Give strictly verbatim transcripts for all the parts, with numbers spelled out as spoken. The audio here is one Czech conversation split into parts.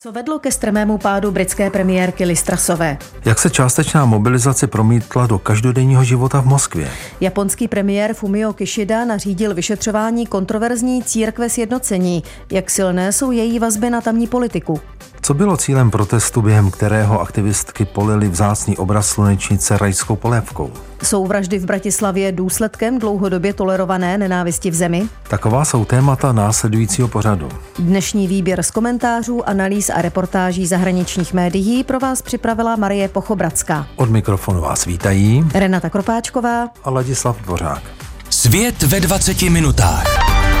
Co vedlo ke strmému pádu britské premiérky Liz Trussové? Jak se částečná mobilizace promítla do každodenního života v Moskvě? Japonský premiér Fumio Kishida nařídil vyšetřování kontroverzní církve sjednocení. Jak silné jsou její vazby na tamní politiku? Co bylo cílem protestu, během kterého aktivistky polily vzácný obraz slunečnice rajskou polévkou? Jsou vraždy v Bratislavě důsledkem dlouhodobě tolerované nenávisti v zemi? Taková jsou témata následujícího pořadu. Dnešní výběr z komentářů, analýz a reportáží zahraničních médií pro vás připravila Marie Pochobradská. Od mikrofonu vás vítají Renata Kropáčková a Ladislav Dvořák. Svět ve dvaceti minutách.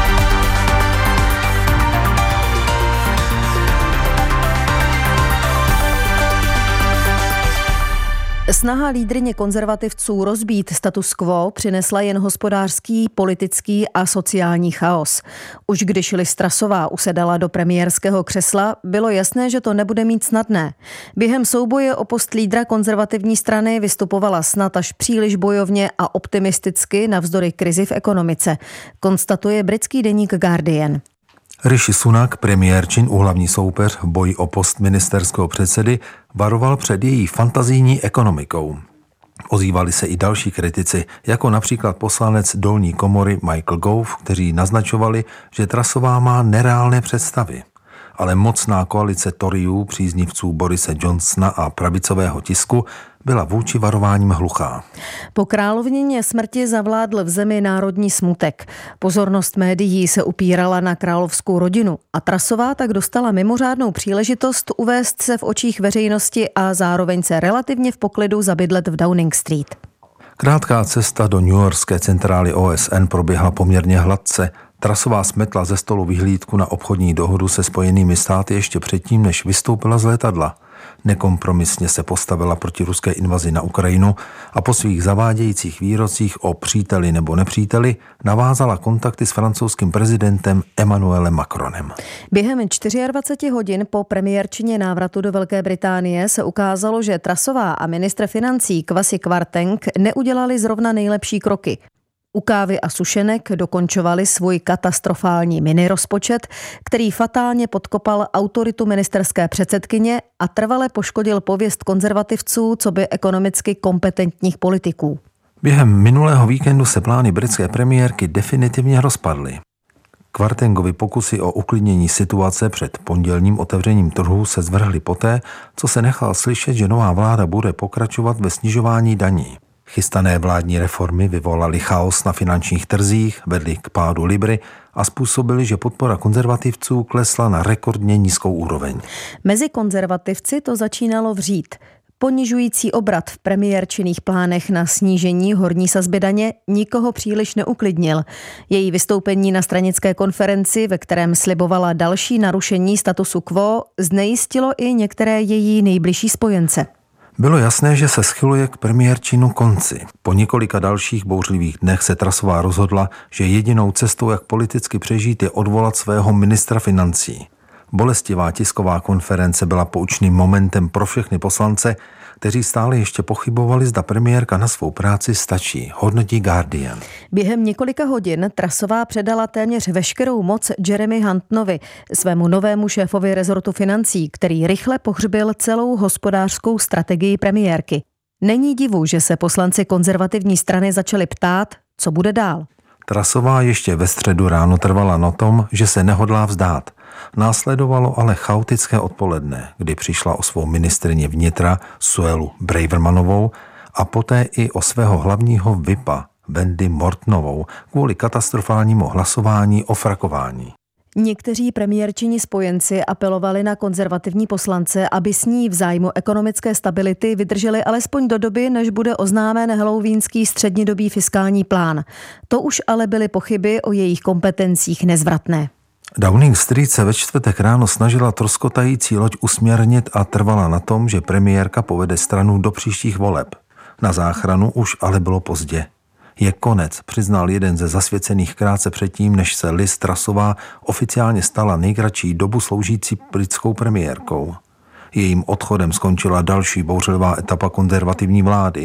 Snaha lídryně konzervativců rozbít status quo přinesla jen hospodářský, politický a sociální chaos. Už když Liz Trussová usedala do premiérského křesla, bylo jasné, že to nebude mít snadné. Během souboje o post lídra konzervativní strany vystupovala snad až příliš bojovně a optimisticky navzdory krizi v ekonomice, konstatuje britský deník Guardian. Rishi Sunak, premiérčin úhlavní soupeř v boji o post ministerského předsedy, varoval před její fantazijní ekonomikou. Ozývali se i další kritici, jako například poslanec dolní komory Michael Gove, kteří naznačovali, že Trussová má nereálné představy. Ale mocná koalice Toryů, příznivců Borise Johnsona a pravicového tisku, byla vůči varováním hluchá. Po královnině smrti zavládl v zemi národní smutek. Pozornost médií se upírala na královskou rodinu a Trussová tak dostala mimořádnou příležitost uvést se v očích veřejnosti a zároveň se relativně v poklidu zabydlet v Downing Street. Krátká cesta do newyorské centrály O S N proběhla poměrně hladce. Trussová smetla ze stolu vyhlídku na obchodní dohodu se Spojenými státy ještě předtím, než vystoupila z letadla. Nekompromisně se postavila proti ruské invazi na Ukrajinu a po svých zavádějících výrocích o příteli nebo nepříteli navázala kontakty s francouzským prezidentem Emmanuelem Macronem. Během dvacet čtyři hodin po premiérčině návratu do Velké Británie se ukázalo, že Trussová a ministr financí Kwasi Kwarteng neudělali zrovna nejlepší kroky. U kávy a sušenek dokončovali svůj katastrofální minirozpočet, který fatálně podkopal autoritu ministerské předsedkyně a trvale poškodil pověst konzervativců coby ekonomicky kompetentních politiků. Během minulého víkendu se plány britské premiérky definitivně rozpadly. Kwartengovy pokusy o uklidnění situace před pondělním otevřením trhu se zvrhly poté, co se nechal slyšet, že nová vláda bude pokračovat ve snižování daní. Chystané vládní reformy vyvolaly chaos na finančních trzích, vedly k pádu libry a způsobily, že podpora konzervativců klesla na rekordně nízkou úroveň. Mezi konzervativci to začínalo vřít. Ponižující obrat v premiérčinných plánech na snížení horní sazby daně nikoho příliš neuklidnil. Její vystoupení na stranické konferenci, ve kterém slibovala další narušení statusu quo, znejistilo i některé její nejbližší spojence. Bylo jasné, že se schyluje k premiérčinu konci. Po několika dalších bouřlivých dnech se Trussová rozhodla, že jedinou cestou, jak politicky přežít, je odvolat svého ministra financí. Bolestivá tisková konference byla poučným momentem pro všechny poslance, kteří stále ještě pochybovali, zda premiérka na svou práci stačí, hodnotí Guardian. Během několika hodin Trussová předala téměř veškerou moc Jeremy Huntonovi, svému novému šéfovi rezortu financí, který rychle pohřbil celou hospodářskou strategii premiérky. Není divu, že se poslanci konzervativní strany začali ptát, co bude dál. Trussová ještě ve středu ráno trvala na tom, že se nehodlá vzdát. Následovalo ale chaotické odpoledne, kdy přišla o svou ministryni vnitra Suelu Bravermanovou a poté i o svého hlavního vipa Wendy Mortonovou kvůli katastrofálnímu hlasování o frakování. Někteří premiérčini spojenci apelovali na konzervativní poslance, aby s ní v zájmu ekonomické stability vydrželi alespoň do doby, než bude oznámen halloweenský střednědobý fiskální plán. To už ale byly pochyby o jejich kompetencích nezvratné. Downing Street se ve čtvrtek ráno snažila troskotající loď usměrnit a trvala na tom, že premiérka povede stranu do příštích voleb. Na záchranu už ale bylo pozdě. Je konec, přiznal jeden ze zasvěcených krátce předtím, než se Liz Trussová oficiálně stala nejkratší dobu sloužící britskou premiérkou. Jejím odchodem skončila další bouřlivá etapa konzervativní vlády.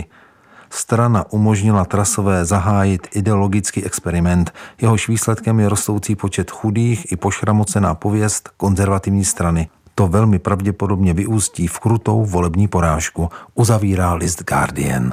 Strana umožnila Trussové zahájit ideologický experiment, jehož výsledkem je rostoucí počet chudých i pošramocená pověst konzervativní strany. to velmi pravděpodobně vyústí v krutou volební porážku, uzavírá list Guardian.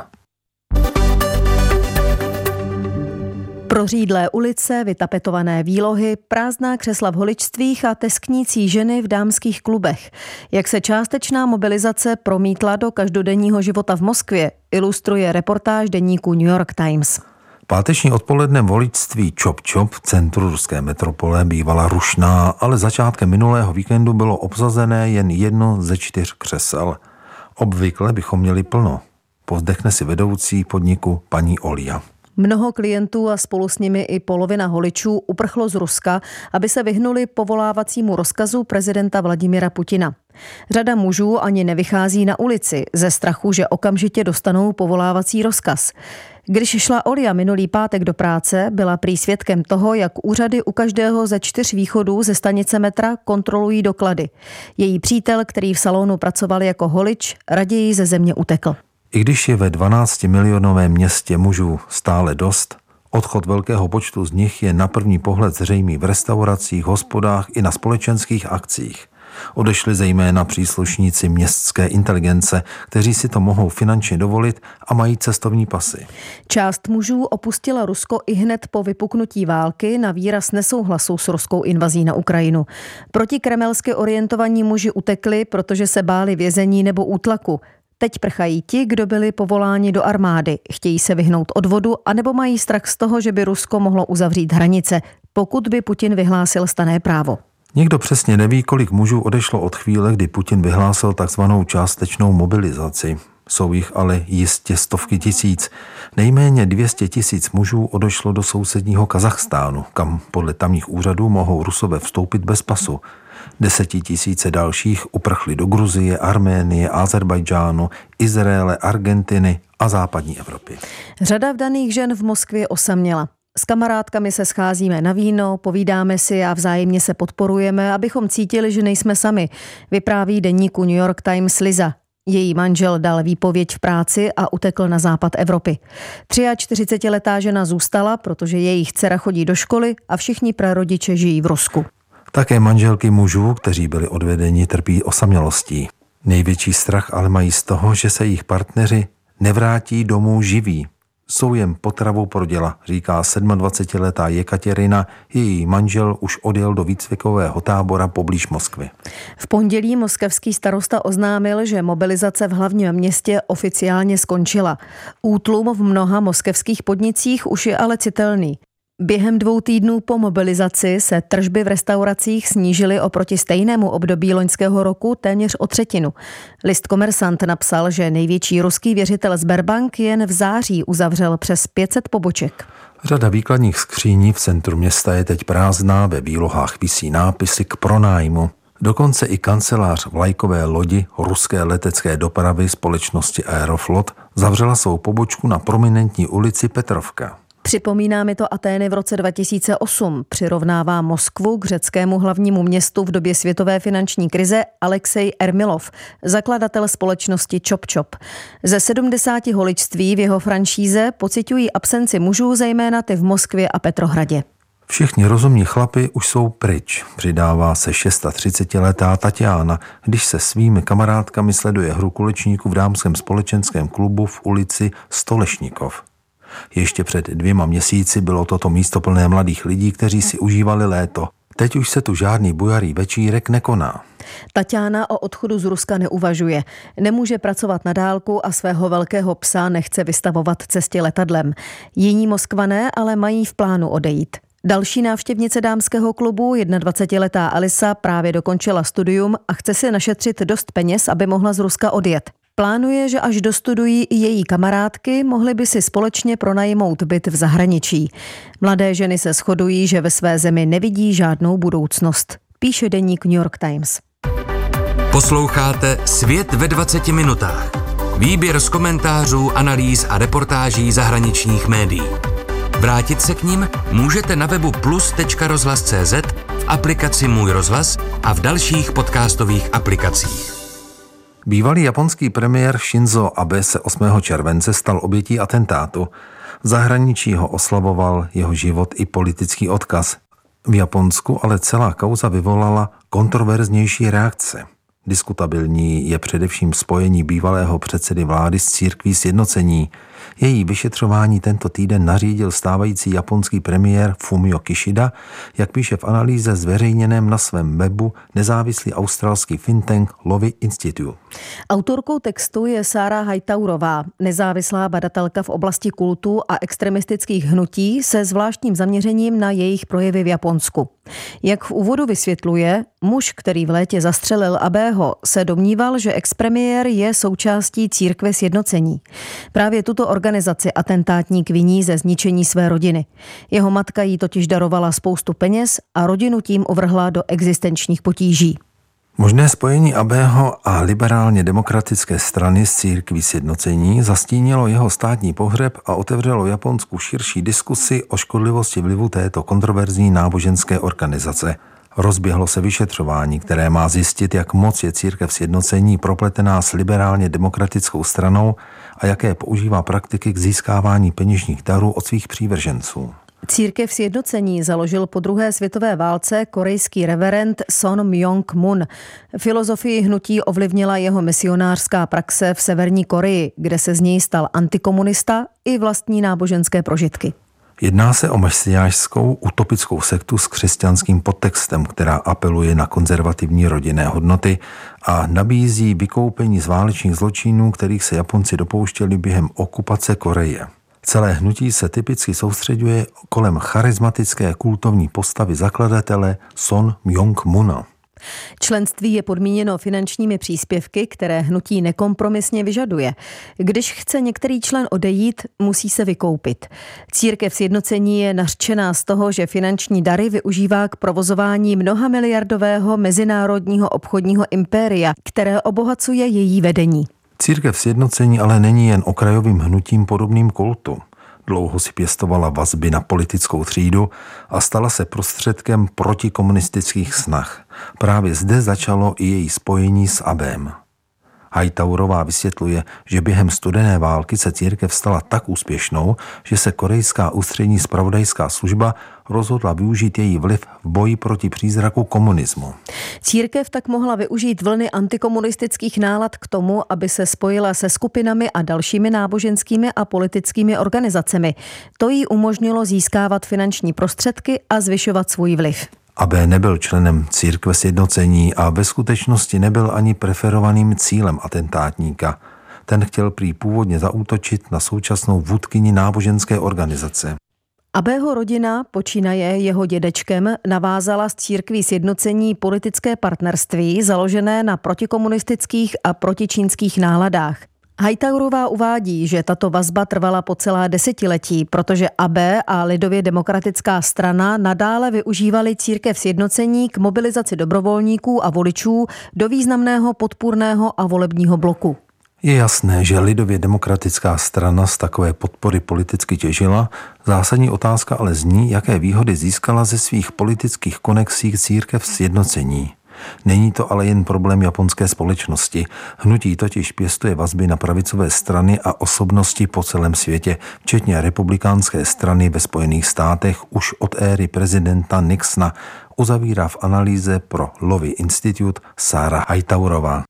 Prořídlé ulice, vytapetované výlohy, prázdná křesla v holičstvích a tesknící ženy v dámských klubech. Jak se částečná mobilizace promítla do každodenního života v Moskvě, ilustruje reportáž deníku New York Times. Páteční odpolednem v holičství Chop Chop v centru ruské metropole bývala rušná, ale začátkem minulého víkendu bylo obsazené jen jedno ze čtyř křesel. Obvykle bychom měli plno, povzdechne si vedoucí podniku paní Olia. Mnoho klientů a spolu s nimi i polovina holičů uprchlo z Ruska, aby se vyhnuli povolávacímu rozkazu prezidenta Vladimira Putina. Řada mužů ani nevychází na ulici ze strachu, že okamžitě dostanou povolávací rozkaz. Když šla Olia minulý pátek do práce, byla prý svědkem toho, jak úřady u každého ze čtyř východů ze stanice metra kontrolují doklady. Její přítel, který v salonu pracoval jako holič, raději ze země utekl. I když je ve dvanáctimilionovém městě mužů stále dost, odchod velkého počtu z nich je na první pohled zřejmý v restauracích, hospodách i na společenských akcích. Odešli zejména příslušníci městské inteligence, kteří si to mohou finančně dovolit a mají cestovní pasy. Část mužů opustila Rusko i hned po vypuknutí války na výraz nesouhlasu s ruskou invazí na Ukrajinu. Protikremelsky orientovaní muži utekli, protože se báli vězení nebo útlaku. Teď prchají ti, kdo byli povoláni do armády, chtějí se vyhnout odvodu anebo mají strach z toho, že by Rusko mohlo uzavřít hranice, pokud by Putin vyhlásil stanné právo. Nikdo přesně neví, kolik mužů odešlo od chvíle, kdy Putin vyhlásil takzvanou částečnou mobilizaci. Jsou jich ale jistě stovky tisíc. Nejméně dvě stě tisíc mužů odešlo do sousedního Kazachstánu, kam podle tamních úřadů mohou Rusové vstoupit bez pasu. Desetitisíce dalších uprchli do Gruzie, Arménie, Azerbajdžánu, Izraele, Argentiny a západní Evropy. Řada vdaných žen v Moskvě osaměla. S kamarádkami se scházíme na víno, povídáme si a vzájemně se podporujeme, abychom cítili, že nejsme sami, vypráví deníku New York Times Liza. Její manžel dal výpověď v práci a utekl na západ Evropy. čtyřicetiletá žena zůstala, protože jejich dcera chodí do školy a všichni prarodiče žijí v Rusku. Také manželky mužů, kteří byli odvedeni, trpí osamělostí. Největší strach ale mají z toho, že se jejich partneři nevrátí domů živí. Jsou jen potravou pro děla, říká dvacetisedmiletá Jekatěrina, její manžel už odjel do výcvikového tábora poblíž Moskvy. V pondělí moskevský starosta oznámil, že mobilizace v hlavním městě oficiálně skončila. Útlum v mnoha moskevských podnicích už je ale citelný. Během dvou týdnů po mobilizaci se tržby v restauracích snížily oproti stejnému období loňského roku téměř o třetinu. List Komersant napsal, že největší ruský věřitel Sberbank jen v září uzavřel přes pět set poboček. Řada výkladních skříní v centru města je teď prázdná, ve výlohách visí nápisy k pronájmu. Dokonce i kancelář vlajkové lodi ruské letecké dopravy společnosti Aeroflot zavřela svou pobočku na prominentní ulici Petrovka. Připomíná mi to Atény v roce dva tisíce osm. Přirovnává Moskvu k řeckému hlavnímu městu v době světové finanční krize Alexej Ermilov, zakladatel společnosti Chop Chop. Ze sedmdesáti holičství v jeho franšíze pociťují absenci mužů zejména ty v Moskvě a Petrohradě. Všichni rozumní chlapi už jsou pryč, přidává se třicetišestiletá Tatiana, když se svými kamarádkami sleduje hru kulečníků v dámském společenském klubu v ulici Stolešnikov. Ještě před dvěma měsíci bylo toto místo plné mladých lidí, kteří si užívali léto. Teď už se tu žádný bujarý večírek nekoná. Tatiana o odchodu z Ruska neuvažuje. Nemůže pracovat na dálku a svého velkého psa nechce vystavovat cestě letadlem. Jiní Moskvané ale mají v plánu odejít. Další návštěvnice dámského klubu, dvacetijednoletá Alisa, právě dokončila studium a chce si našetřit dost peněz, aby mohla z Ruska odjet. Plánuje, že až dostudují i její kamarádky, mohly by si společně pronajmout byt v zahraničí. Mladé ženy se shodují, že ve své zemi nevidí žádnou budoucnost, píše deník New York Times. Posloucháte Svět ve dvaceti minutách. Výběr z komentářů, analýz a reportáží zahraničních médií. Vrátit se k nim můžete na webu plus tečka rozhlas tečka cé zet, v aplikaci Můj rozhlas a v dalších podcastových aplikacích. Bývalý japonský premiér Shinzo Abe se osmého července stal obětí atentátu. V zahraničí ho oslavoval jeho život i politický odkaz. V Japonsku ale celá kauza vyvolala kontroverznější reakce. Diskutabilní je především spojení bývalého předsedy vlády s církví Sjednocení. Její vyšetřování tento týden nařídil stávající japonský premiér Fumio Kishida, jak píše v analýze zveřejněném na svém webu nezávislý australský think tank Lowy Institute. Autorkou textu je Sarah Hightaurová, nezávislá badatelka v oblasti kultu a extremistických hnutí se zvláštním zaměřením na jejich projevy v Japonsku. Jak v úvodu vysvětluje, muž, který v létě zastřelil Abého, se domníval, že expremiér je součástí církve Sjednocení. Právě tuto organizaci atentátník viní ze zničení své rodiny. Jeho matka jí totiž darovala spoustu peněz a rodinu tím uvrhla do existenčních potíží. Možné spojení Abého a liberálně demokratické strany s církví Sjednocení zastínilo jeho státní pohřeb a otevřelo Japonsku širší diskusi o škodlivosti vlivu této kontroverzní náboženské organizace. Rozběhlo se vyšetřování, které má zjistit, jak moc je církev Sjednocení propletená s liberálně demokratickou stranou a jaké používá praktiky k získávání peněžních darů od svých přívrženců. Církev Sjednocení založil po druhé světové válce korejský reverend Son Myung-moon. Filozofii hnutí ovlivnila jeho misionářská praxe v Severní Koreji, kde se z něj stal antikomunista i vlastní náboženské prožitky. Jedná se o mesiášskou utopickou sektu s křesťanským podtextem, která apeluje na konzervativní rodinné hodnoty a nabízí vykoupení z válečných zločinů, kterých se Japonci dopouštěli během okupace Koreje. Celé hnutí se typicky soustředuje kolem charismatické kultovní postavy zakladatele Son Myung-moona. Členství je podmíněno finančními příspěvky, které hnutí nekompromisně vyžaduje. Když chce některý člen odejít, musí se vykoupit. Církev Sjednocení je nařčená z toho, že finanční dary využívá k provozování mnohamiliardového mezinárodního obchodního impéria, které obohacuje její vedení. Církev Sjednocení ale není jen okrajovým hnutím podobným kultu. Dlouho si pěstovala vazby na politickou třídu a stala se prostředkem protikomunistických snah. Právě zde začalo i její spojení s Abem. Hightaurová vysvětluje, že během studené války se církev stala tak úspěšnou, že se korejská ústřední zpravodajská služba rozhodla využít její vliv v boji proti přízraku komunismu. Církev tak mohla využít vlny antikomunistických nálad k tomu, aby se spojila se skupinami a dalšími náboženskými a politickými organizacemi. To jí umožnilo získávat finanční prostředky a zvyšovat svůj vliv. Abe nebyl členem církve Sjednocení a ve skutečnosti nebyl ani preferovaným cílem atentátníka. Ten chtěl prý původně zaútočit na současnou vůdkyni náboženské organizace. Abého rodina, počínaje jeho dědečkem, navázala s církví Sjednocení politické partnerství založené na protikomunistických a protičínských náladách. Hightaurová uvádí, že tato vazba trvala po celá desetiletí, protože Abe a lidově demokratická strana nadále využívali církev Sjednocení k mobilizaci dobrovolníků a voličů do významného podpůrného a volebního bloku. Je jasné, že lidově demokratická strana z takové podpory politicky těžila. Zásadní otázka ale zní, jaké výhody získala ze svých politických konexí církev Sjednocení. Není to ale jen problém japonské společnosti. Hnutí totiž pěstuje vazby na pravicové strany a osobnosti po celém světě, včetně republikánské strany ve Spojených státech už od éry prezidenta Nixona, uzavírá v analýze pro Lowy Institute Sarah Hightaurová.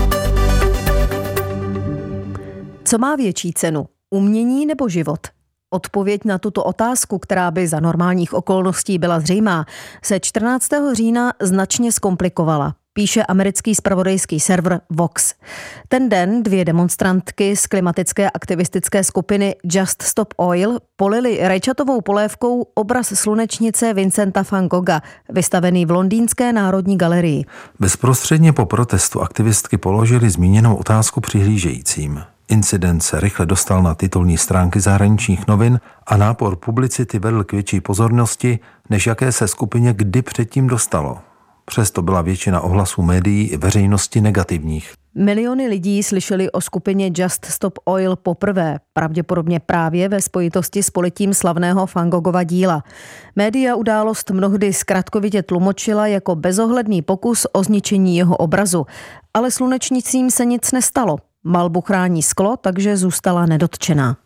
Co má větší cenu? Umění nebo život? Odpověď na tuto otázku, která by za normálních okolností byla zřejmá, se čtrnáctého října značně zkomplikovala, píše americký zpravodajský server Vox. Ten den dvě demonstrantky z klimatické aktivistické skupiny Just Stop Oil polily rajčatovou polévkou obraz slunečnice Vincenta van Gogha, vystavený v Londýnské národní galerii. Bezprostředně po protestu aktivistky položily zmíněnou otázku přihlížejícím. Incident se rychle dostal na titulní stránky zahraničních novin a nápor publicity vedl k větší pozornosti, než jaké se skupině kdy předtím dostalo. Přesto byla většina ohlasů médií i veřejnosti negativních. Miliony lidí slyšeli o skupině Just Stop Oil poprvé, pravděpodobně právě ve spojitosti s politím slavného Van Goghova díla. Média událost mnohdy zkratkovitě tlumočila jako bezohledný pokus o zničení jeho obrazu, ale slunečnicím se nic nestalo. Malbu chrání sklo, takže zůstala nedotčená.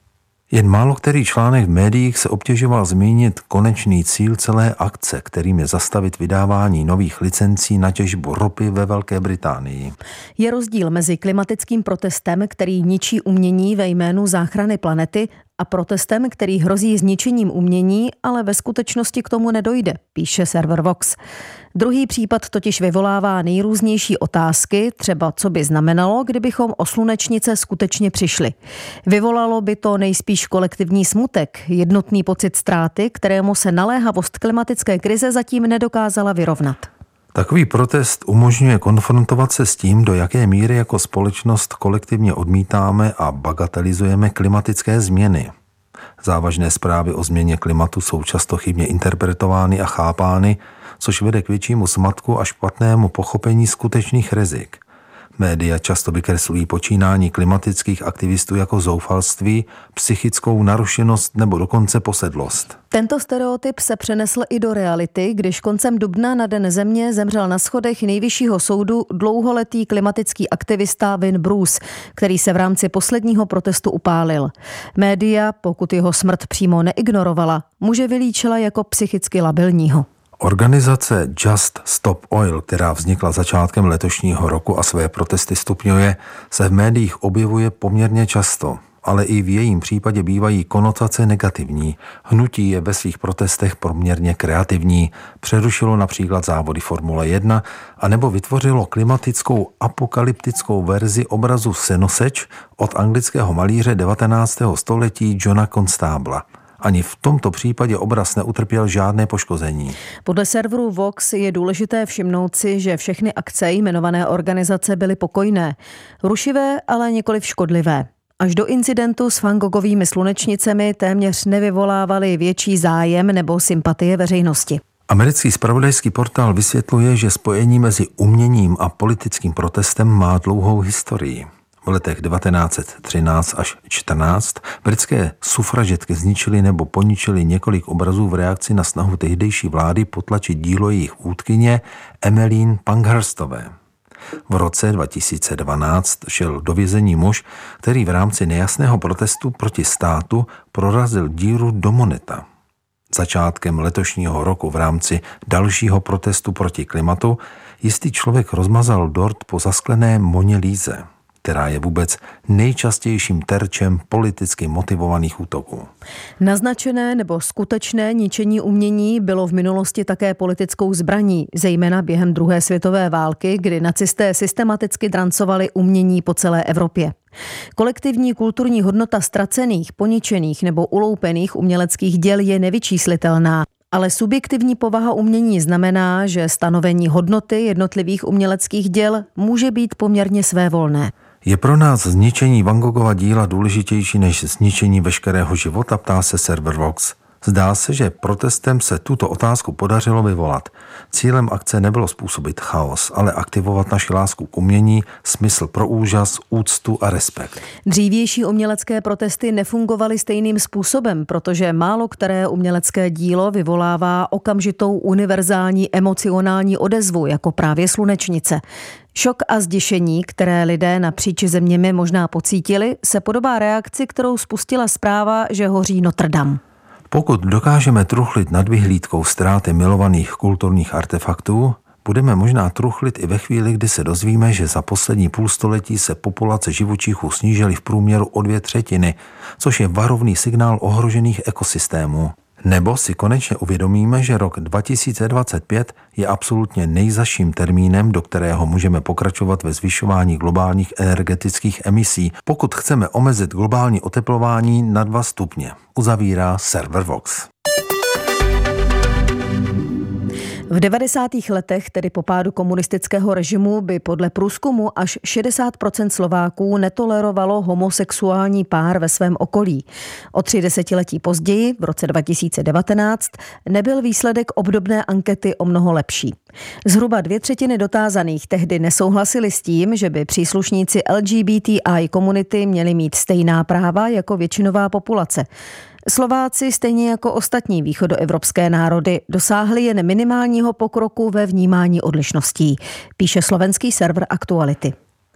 Jen málo který článek v médiích se obtěžoval zmínit konečný cíl celé akce, kterým je zastavit vydávání nových licencí na těžbu ropy ve Velké Británii. Je rozdíl mezi klimatickým protestem, který ničí umění ve jménu záchrany planety, a protestem, který hrozí zničením umění, ale ve skutečnosti k tomu nedojde, píše server Vox. Druhý případ totiž vyvolává nejrůznější otázky, třeba co by znamenalo, kdybychom o slunečnice skutečně přišli. Vyvolalo by to nejspíš kolektivní smutek, jednotný pocit ztráty, kterému se naléhavost klimatické krize zatím nedokázala vyrovnat. Takový protest umožňuje konfrontovat se s tím, do jaké míry jako společnost kolektivně odmítáme a bagatelizujeme klimatické změny. Závažné zprávy o změně klimatu jsou často chybně interpretovány a chápány, což vede k většímu zmatku a špatnému pochopení skutečných rizik. Média často vykreslují počínání klimatických aktivistů jako zoufalství, psychickou narušenost nebo dokonce posedlost. Tento stereotyp se přenesl i do reality, když koncem dubna na Den země zemřel na schodech Nejvyššího soudu dlouholetý klimatický aktivista Win Bruce, který se v rámci posledního protestu upálil. Média, pokud jeho smrt přímo neignorovala, muže vylíčila jako psychicky labilního. Organizace Just Stop Oil, která vznikla začátkem letošního roku a své protesty stupňuje, se v médiích objevuje poměrně často, ale i v jejím případě bývají konotace negativní. Hnutí je ve svých protestech poměrně kreativní, přerušilo například závody Formule jedna anebo vytvořilo klimatickou apokalyptickou verzi obrazu Senoseč od anglického malíře devatenáctého století Johna Constabla. Ani v tomto případě obraz neutrpěl žádné poškození. Podle serveru Vox je důležité všimnout si, že všechny akce jmenované organizace byly pokojné. Rušivé, ale nikoliv škodlivé. Až do incidentu s Van Gogovými slunečnicemi téměř nevyvolávaly větší zájem nebo sympatie veřejnosti. Americký zpravodajský portál vysvětluje, že spojení mezi uměním a politickým protestem má dlouhou historii. V letech devatenáct set třináct až čtrnáct britské sufražetky zničily nebo poničily několik obrazů v reakci na snahu tehdejší vlády potlačit dílo jejich vůdkyně Emmeline Pankhurstové. V roce dva tisíce dvanáct šel do vězení muž, který v rámci nejasného protestu proti státu prorazil díru do moneta. Začátkem letošního roku v rámci dalšího protestu proti klimatu jistý člověk rozmazal dort po zasklené Moně Líze, která je vůbec nejčastějším terčem politicky motivovaných útoků. Naznačené nebo skutečné ničení umění bylo v minulosti také politickou zbraní, zejména během druhé světové války, kdy nacisté systematicky drancovali umění po celé Evropě. Kolektivní kulturní hodnota ztracených, poničených nebo uloupených uměleckých děl je nevyčíslitelná. Ale subjektivní povaha umění znamená, že stanovení hodnoty jednotlivých uměleckých děl může být poměrně svévolné. Je pro nás zničení Van Gogova díla důležitější než zničení veškerého života, ptá se server Vox. Zdá se, že protestem se tuto otázku podařilo vyvolat. Cílem akce nebylo způsobit chaos, ale aktivovat naši lásku k umění, smysl pro úžas, úctu a respekt. Dřívější umělecké protesty nefungovaly stejným způsobem, protože málo které umělecké dílo vyvolává okamžitou univerzální emocionální odezvu, jako právě slunečnice. Šok a zděšení, které lidé napříč zeměmi možná pocítili, se podobá reakci, kterou spustila zpráva, že hoří Notre Dame. Pokud dokážeme truchlit nad vyhlídkou ztráty milovaných kulturních artefaktů, budeme možná truchlit i ve chvíli, kdy se dozvíme, že za poslední půlstoletí se populace živočichů snížily v průměru o dvě třetiny, což je varovný signál ohrožených ekosystémů. Nebo si konečně uvědomíme, že rok dva tisíce dvacet pět je absolutně nejzazším termínem, do kterého můžeme pokračovat ve zvyšování globálních energetických emisí, pokud chceme omezit globální oteplování na dva stupně, uzavírá server Vox. V devadesátých letech, tedy po pádu komunistického režimu, by podle průzkumu až šedesát procent Slováků netolerovalo homosexuální pár ve svém okolí. O tři desetiletí později, v roce dva tisíce devatenáct, nebyl výsledek obdobné ankety o mnoho lepší. Zhruba dvě třetiny dotázaných tehdy nesouhlasili s tím, že by příslušníci L G B T I komunity měli mít stejná práva jako většinová populace. Slováci, stejně jako ostatní východoevropské národy, dosáhli jen minimálního pokroku ve vnímání odlišností, píše slovenský server Aktuality.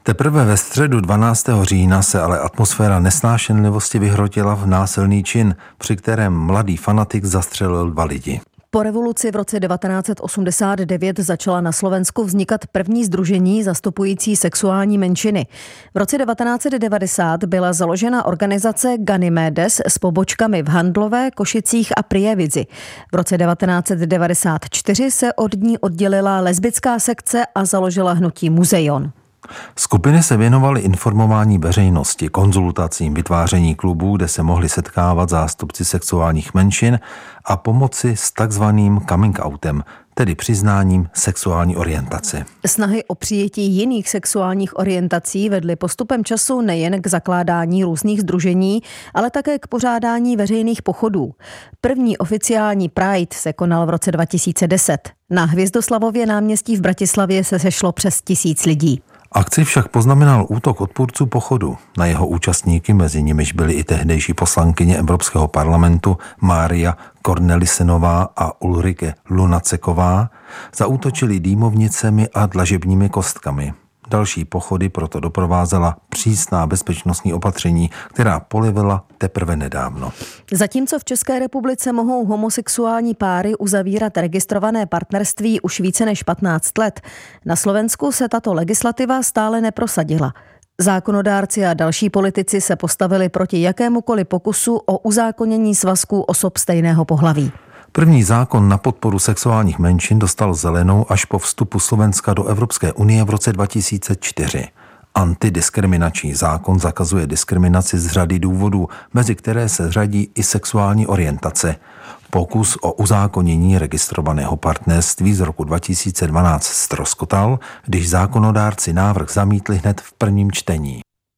Teprve ve středu dvanáctého října se ale atmosféra nesnášenlivosti vyhrotila v násilný čin, při kterém mladý fanatik zastřelil dva lidi. Po revoluci v roce devatenáct set osmdesát devět začala na Slovensku vznikat první sdružení zastupující sexuální menšiny. V roce devatenáct set devadesát byla založena organizace Ganymedes s pobočkami v Handlové, Košicích a Prievidzi. V roce devatenáct set devadesát čtyři se od ní oddělila lesbická sekce a založila hnutí Muzeion. Skupiny se věnovaly informování veřejnosti, konzultacím, vytváření klubů, kde se mohli setkávat zástupci sexuálních menšin a pomoci s takzvaným coming outem, tedy přiznáním sexuální orientace. Snahy o přijetí jiných sexuálních orientací vedly postupem času nejen k zakládání různých sdružení, ale také k pořádání veřejných pochodů. První oficiální Pride se konal v roce dva tisíce deset. Na Hvězdoslavově náměstí v Bratislavě se sešlo přes tisíc lidí. Akci však poznamenal útok odpůrců pochodu. Na jeho účastníky, mezi nimiž byly i tehdejší poslankyně Evropského parlamentu Mária Kornelisenová a Ulrike Lunaceková, zaútočili dýmovnicemi a dlažebními kostkami. Další pochody proto doprovázela přísná bezpečnostní opatření, která polevila teprve nedávno. Zatímco v České republice mohou homosexuální páry uzavírat registrované partnerství už více než patnáct let, na Slovensku se tato legislativa stále neprosadila. Zákonodárci a další politici se postavili proti jakémukoliv pokusu o uzákonění svazků osob stejného pohlaví. První zákon na podporu sexuálních menšin dostal zelenou až po vstupu Slovenska do Evropské unie v roce dva tisíce čtyři. Antidiskriminační zákon zakazuje diskriminaci z řady důvodů, mezi které se řadí i sexuální orientace. Pokus o uzákonění registrovaného partnerství z roku dva tisíce dvanáct ztroskotal, když zákonodárci návrh zamítli hned v prvním čtení.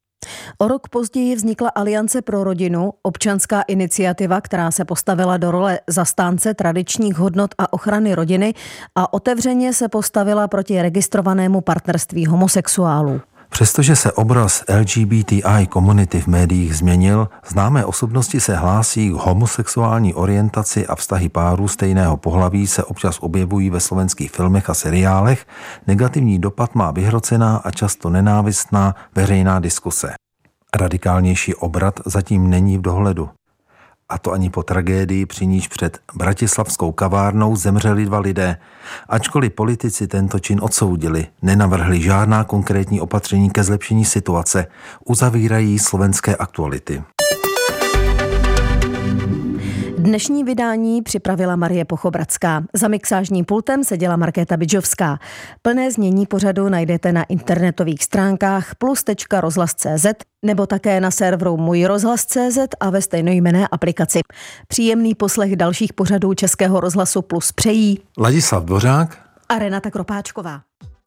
O rok později vznikla Aliance pro rodinu, občanská iniciativa, která se postavila do role zastánce tradičních hodnot a ochrany rodiny a otevřeně se postavila proti registrovanému partnerství homosexuálů. Přestože se obraz L G B T I komunity v médiích změnil, známé osobnosti se hlásí k homosexuální orientaci a vztahy párů stejného pohlaví se občas objevují ve slovenských filmech a seriálech. Negativní dopad má vyhrocená a často nenávistná veřejná diskuse. Radikálnější obrat zatím není v dohledu. A to ani po tragédii, při níž před bratislavskou kavárnou zemřeli dva lidé. Ačkoliv politici tento čin odsoudili, nenavrhli žádná konkrétní opatření ke zlepšení situace, uzavírají slovenské Aktuality. Dnešní vydání připravila Marie Pochobradská. Za mixážním pultem seděla Markéta Bidžovská. Plné znění pořadu najdete na internetových stránkách plus tečka rozhlas tečka cé zet nebo také na serveru můj rozhlas tečka cé zet a ve stejnojmenné aplikaci. Příjemný poslech dalších pořadů Českého rozhlasu Plus přejí Ladislav Dvořák a Renata Kropáčková.